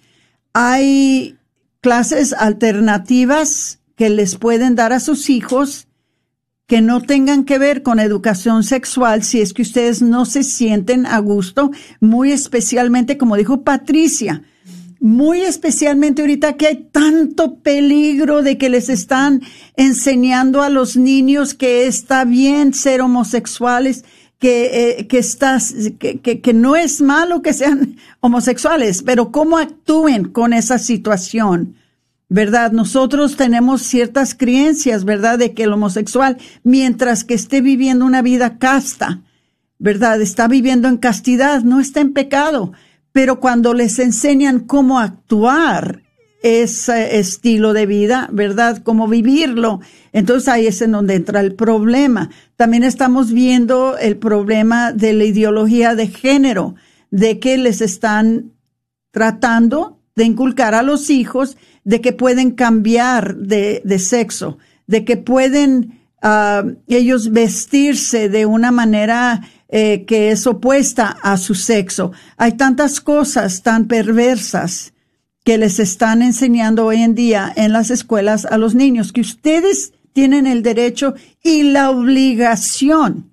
Hay clases alternativas que les pueden dar a sus hijos que no tengan que ver con educación sexual si es que ustedes no se sienten a gusto, muy especialmente, como dijo Patricia, muy especialmente ahorita que hay tanto peligro de que les están enseñando a los niños que está bien ser homosexuales, que, eh, que, estás, que, que, que no es malo que sean homosexuales, pero cómo actúen con esa situación, ¿verdad? Nosotros tenemos ciertas creencias, ¿verdad?, de que el homosexual, mientras que esté viviendo una vida casta, ¿verdad?, está viviendo en castidad, no está en pecado, pero cuando les enseñan cómo actuar ese estilo de vida, ¿verdad?, cómo vivirlo, entonces ahí es en donde entra el problema. También estamos viendo el problema de la ideología de género, de que les están tratando de inculcar a los hijos de que pueden cambiar de, de sexo, de que pueden uh, ellos vestirse de una manera eh, que es opuesta a su sexo. Hay tantas cosas tan perversas que les están enseñando hoy en día en las escuelas a los niños, que ustedes tienen el derecho y la obligación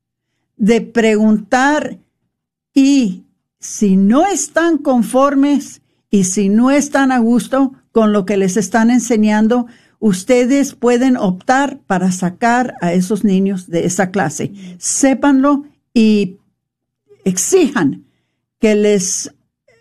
de preguntar, y si no están conformes y si no están a gusto con lo que les están enseñando, ustedes pueden optar para sacar a esos niños de esa clase. Sépanlo y exijan que les,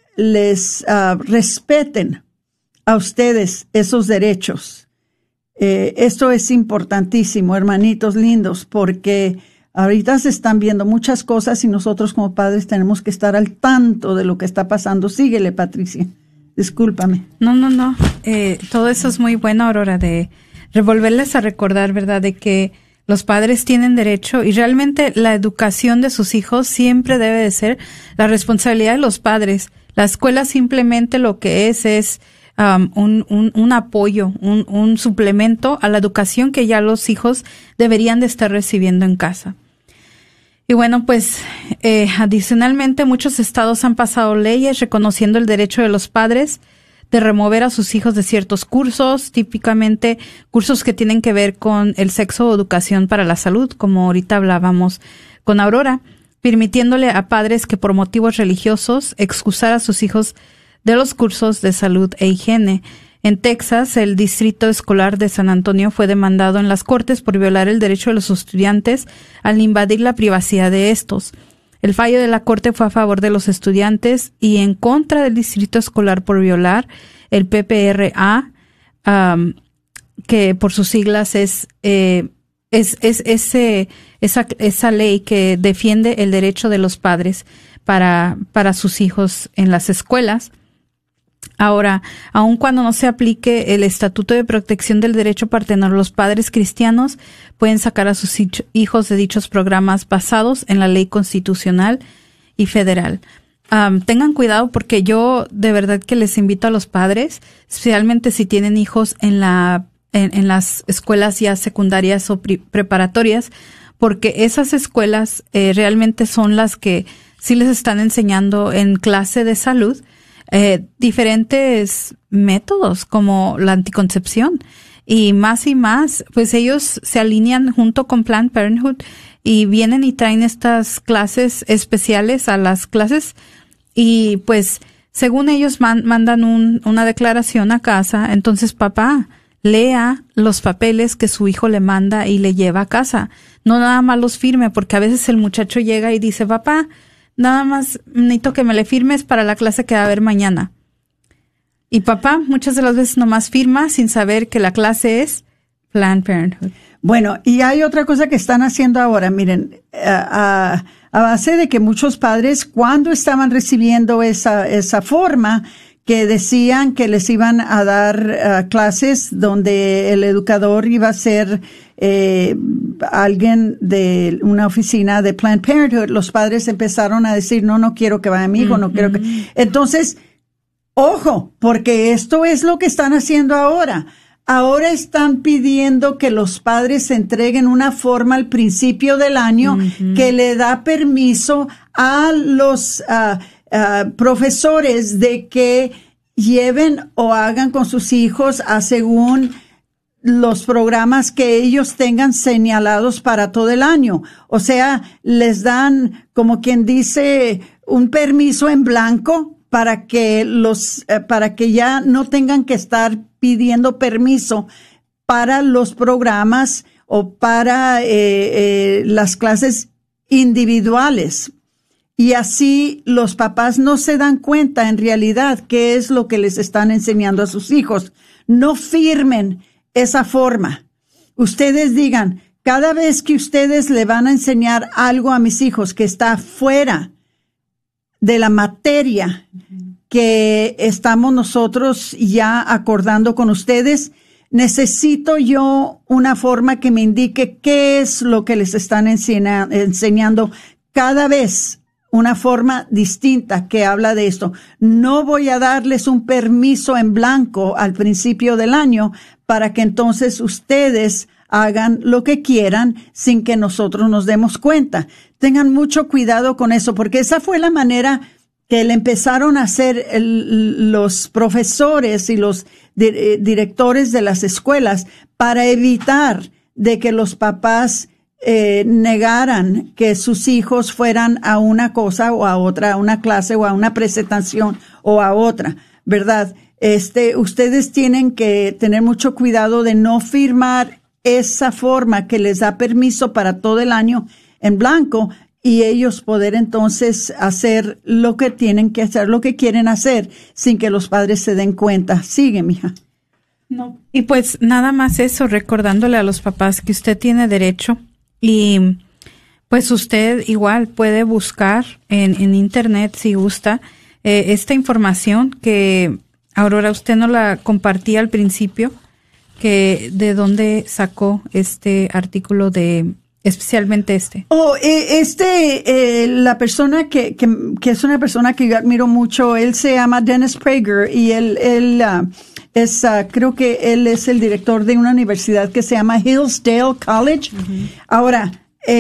les uh, respeten a ustedes esos derechos. Eh, esto es importantísimo, hermanitos lindos, porque ahorita se están viendo muchas cosas y nosotros como padres tenemos que estar al tanto de lo que está pasando. Síguele, Patricia. Discúlpame. No, no, no. Eh, todo eso es muy bueno, Aurora, de revolverles a recordar, ¿verdad?, de que los padres tienen derecho y realmente la educación de sus hijos siempre debe de ser la responsabilidad de los padres. La escuela simplemente lo que es es um, un, un, un apoyo, un, un suplemento a la educación que ya los hijos deberían de estar recibiendo en casa. Y bueno, pues eh, adicionalmente muchos estados han pasado leyes reconociendo el derecho de los padres de remover a sus hijos de ciertos cursos, típicamente cursos que tienen que ver con el sexo o educación para la salud, como ahorita hablábamos con Aurora, permitiéndole a padres que por motivos religiosos excusar a sus hijos de los cursos de salud e higiene. En Texas, el Distrito Escolar de San Antonio fue demandado en las cortes por violar el derecho de los estudiantes al invadir la privacidad de estos. El fallo de la corte fue a favor de los estudiantes y en contra del Distrito Escolar por violar el P P R A, um, que por sus siglas es, eh, es, es ese, esa, esa ley que defiende el derecho de los padres para, para sus hijos en las escuelas. Ahora, aun cuando no se aplique el Estatuto de Protección del Derecho Partenal, los padres cristianos pueden sacar a sus hijos de dichos programas basados en la ley constitucional y federal. Um, tengan cuidado porque yo de verdad que les invito a los padres, especialmente si tienen hijos en la en, en las escuelas ya secundarias o pre- preparatorias, porque esas escuelas eh, realmente son las que sí les están enseñando en clase de salud eh, diferentes métodos como la anticoncepción. Y más y más, pues ellos se alinean junto con Planned Parenthood y vienen y traen estas clases especiales a las clases y pues según ellos man, mandan un, una declaración a casa, entonces papá lea los papeles que su hijo le manda y le lleva a casa. No nada más los firme, porque a veces el muchacho llega y dice, papá, nada más necesito que me le firmes para la clase que va a haber mañana. Y papá muchas de las veces nomás firma sin saber que la clase es Planned Parenthood. Bueno, y hay otra cosa que están haciendo ahora. Miren, a, a, a base de que muchos padres, cuando estaban recibiendo esa, esa forma, que decían que les iban a dar uh, clases donde el educador iba a ser eh, alguien de una oficina de Planned Parenthood, los padres empezaron a decir, no, no quiero que vaya mi hijo, mm-hmm. no quiero que... Entonces, ojo, porque esto es lo que están haciendo ahora. Ahora están pidiendo que los padres entreguen una forma al principio del año mm-hmm. que le da permiso a los uh, uh, profesores de que lleven o hagan con sus hijos a según los programas que ellos tengan señalados para todo el año. O sea, les dan, como quien dice, un permiso en blanco para que los, eh, para que ya no tengan que estar pidiendo permiso para los programas o para eh, eh, las clases individuales. Y así los papás no se dan cuenta en realidad qué es lo que les están enseñando a sus hijos. No firmen esa forma. Ustedes digan, cada vez que ustedes le van a enseñar algo a mis hijos que está fuera de la materia que estamos nosotros ya acordando con ustedes, necesito yo una forma que me indique qué es lo que les están enseña, enseñando cada vez, una forma distinta que habla de esto. No voy a darles un permiso en blanco al principio del año para que entonces ustedes hagan lo que quieran sin que nosotros nos demos cuenta. Tengan mucho cuidado con eso, porque esa fue la manera que le empezaron a hacer el, los profesores y los di, directores de las escuelas para evitar de que los papás eh, negaran que sus hijos fueran a una cosa o a otra, a una clase o a una presentación o a otra, ¿verdad? Este, ustedes tienen que tener mucho cuidado de no firmar esa forma que les da permiso para todo el año en blanco y ellos poder entonces hacer lo que tienen que hacer, lo que quieren hacer, sin que los padres se den cuenta. Sigue, mija. No. Y pues nada más eso, recordándole a los papás que usted tiene derecho y pues usted igual puede buscar en, en internet si gusta eh, esta información que Aurora usted no la compartía al principio, que de dónde sacó este artículo de especialmente este. Oh, eh, este, eh, la persona que, que, que es una persona que yo admiro mucho, él se llama Dennis Prager y él, él uh, es, uh, creo que él es el director de una universidad que se llama Hillsdale College. Uh-huh. Ahora,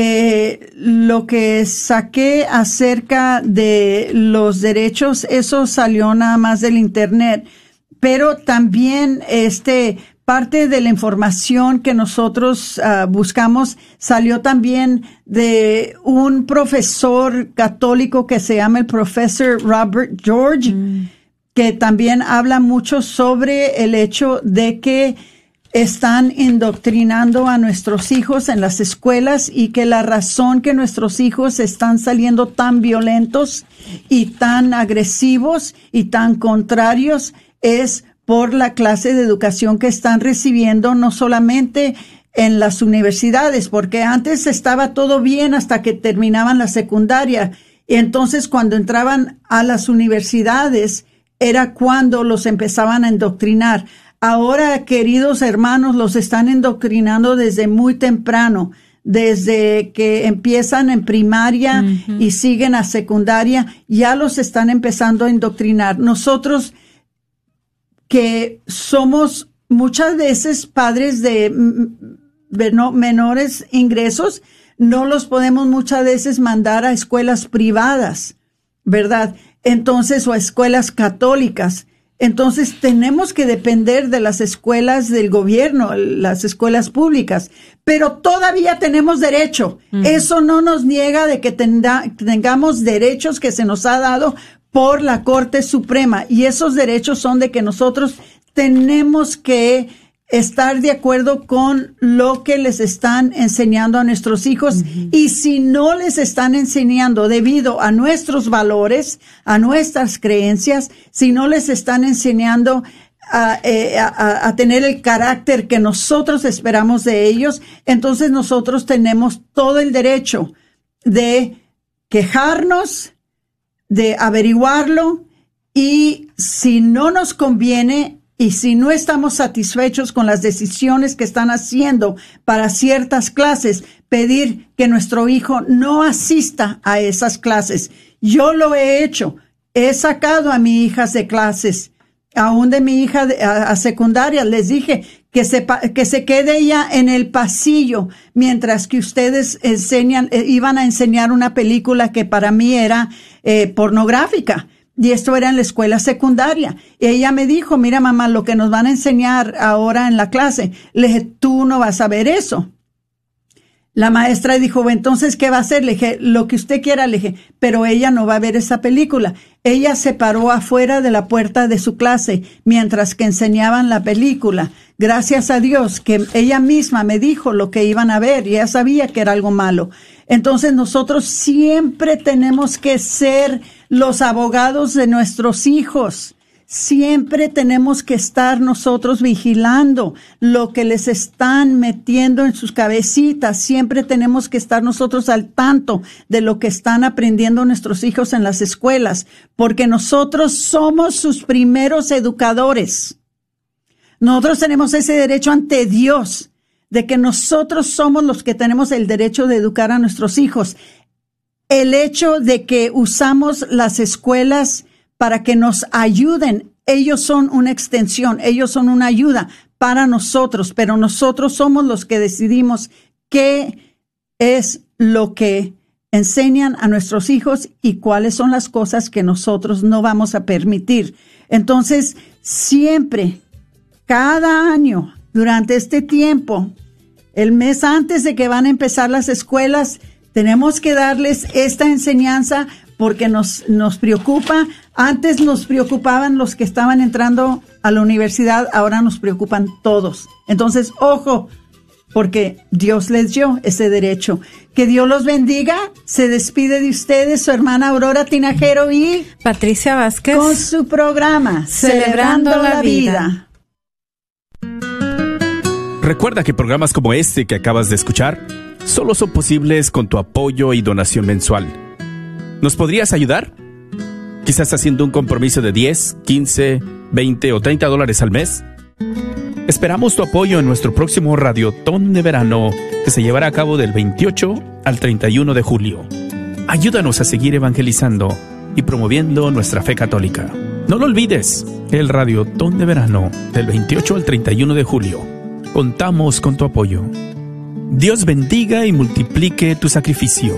eh, lo que saqué acerca de los derechos, eso salió nada más del internet, pero también este, parte de la información que nosotros uh, buscamos salió también de un profesor católico que se llama el profesor Robert George, mm. que también habla mucho sobre el hecho de que están indoctrinando a nuestros hijos en las escuelas y que la razón que nuestros hijos están saliendo tan violentos y tan agresivos y tan contrarios es por la clase de educación que están recibiendo, no solamente en las universidades, porque antes estaba todo bien hasta que terminaban la secundaria. Y entonces cuando entraban a las universidades era cuando los empezaban a indoctrinar. Ahora, queridos hermanos, los están indoctrinando desde muy temprano, desde que empiezan en primaria uh-huh. y siguen a secundaria, ya los están empezando a indoctrinar. Nosotros que somos muchas veces padres de menores ingresos no los podemos muchas veces mandar a escuelas privadas, ¿verdad? Entonces, o a escuelas católicas. Entonces, tenemos que depender de las escuelas del gobierno, las escuelas públicas, pero todavía tenemos derecho. Uh-huh. Eso no nos niega de que tenda, tengamos derechos que se nos ha dado por la Corte Suprema, y esos derechos son de que nosotros tenemos que estar de acuerdo con lo que les están enseñando a nuestros hijos. Uh-huh. Y si no les están enseñando debido a nuestros valores, a nuestras creencias, si no les están enseñando a, a, a tener el carácter que nosotros esperamos de ellos, entonces nosotros tenemos todo el derecho de quejarnos, de averiguarlo, y si no nos conviene, y si no estamos satisfechos con las decisiones que están haciendo para ciertas clases, pedir que nuestro hijo no asista a esas clases. Yo lo he hecho. He sacado a mis hijas de clases, aún de mi hija de, a, a secundaria. Les dije que se, que se quede ella en el pasillo mientras que ustedes enseñan, eh, iban a enseñar una película que para mí era eh, pornográfica. Y esto era en la escuela secundaria. Y ella me dijo, mira mamá, lo que nos van a enseñar ahora en la clase. Le dije, tú no vas a ver eso. La maestra dijo, entonces, ¿qué va a hacer? Le dije, lo que usted quiera. Le dije, pero ella no va a ver esa película. Ella se paró afuera de la puerta de su clase mientras que enseñaban la película. Gracias a Dios que ella misma me dijo lo que iban a ver y ella sabía que era algo malo. Entonces nosotros siempre tenemos que ser los abogados de nuestros hijos. Siempre tenemos que estar nosotros vigilando lo que les están metiendo en sus cabecitas. Siempre tenemos que estar nosotros al tanto de lo que están aprendiendo nuestros hijos en las escuelas, porque nosotros somos sus primeros educadores. Nosotros tenemos ese derecho ante Dios, de que nosotros somos los que tenemos el derecho de educar a nuestros hijos. El hecho de que usamos las escuelas para que nos ayuden, ellos son una extensión, ellos son una ayuda para nosotros, pero nosotros somos los que decidimos qué es lo que enseñan a nuestros hijos y cuáles son las cosas que nosotros no vamos a permitir. Entonces, siempre, cada año, durante este tiempo, el mes antes de que van a empezar las escuelas, tenemos que darles esta enseñanza porque nos, nos preocupa. Antes nos preocupaban los que estaban entrando a la universidad, ahora nos preocupan todos. Entonces, ojo, porque Dios les dio ese derecho. Que Dios los bendiga. Se despide de ustedes su hermana Aurora Tinajero y Patricia Vázquez con su programa Celebrando, Celebrando la Vida. vida. Recuerda que programas como este que acabas de escuchar solo son posibles con tu apoyo y donación mensual. ¿Nos podrías ayudar? Quizás haciendo un compromiso de diez, quince, veinte o treinta dólares al mes. Esperamos tu apoyo en nuestro próximo Radiotón de Verano, que se llevará a cabo del veintiocho al treinta y uno de julio. Ayúdanos a seguir evangelizando y promoviendo nuestra fe católica. No lo olvides, el Radiotón de Verano, del veintiocho al treinta y uno de julio. Contamos con tu apoyo. Dios bendiga y multiplique tu sacrificio.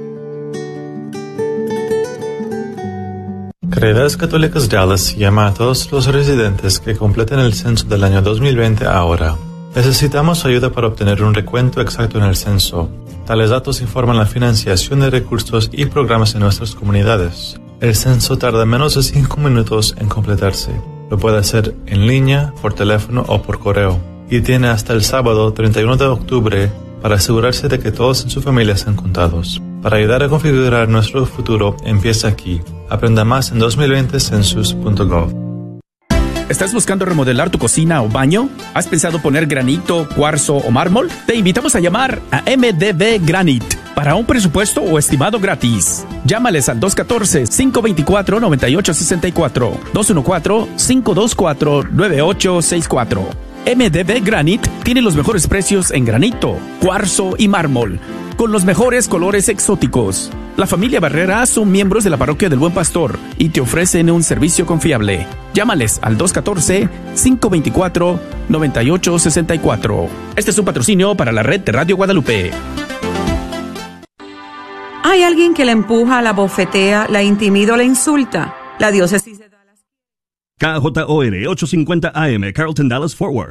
Caridades Católicas Dallas llama a todos los residentes que completen el censo del año dos mil veinte ahora. Necesitamos ayuda para obtener un recuento exacto en el censo. Tales datos informan la financiación de recursos y programas en nuestras comunidades. El censo tarda menos de cinco minutos en completarse. Lo puede hacer en línea, por teléfono o por correo. Y tiene hasta el sábado treinta y uno de octubre para asegurarse de que todos en su familia sean contados. Para ayudar a configurar nuestro futuro, empieza aquí. Aprenda más en dos mil veinte census punto gov. ¿Estás buscando remodelar tu cocina o baño? ¿Has pensado poner granito, cuarzo o mármol? Te invitamos a llamar a M D B Granite para un presupuesto o estimado gratis. Llámales al dos uno cuatro, cinco dos cuatro, nueve ocho seis cuatro, dos uno cuatro, cinco dos cuatro, nueve ocho seis cuatro. M D B Granite tiene los mejores precios en granito, cuarzo y mármol, con los mejores colores exóticos. La familia Barrera son miembros de la Parroquia del Buen Pastor y te ofrecen un servicio confiable. Llámales al dos uno cuatro, cinco dos cuatro, noventa y ocho sesenta y cuatro. Este es un patrocinio para la red de Radio Guadalupe. ¿Hay alguien que la empuja, la bofetea, la intimida o la insulta? La diócesis de Dallas. K J O R ochocientos cincuenta A M, Carrollton, Dallas, Fort Worth.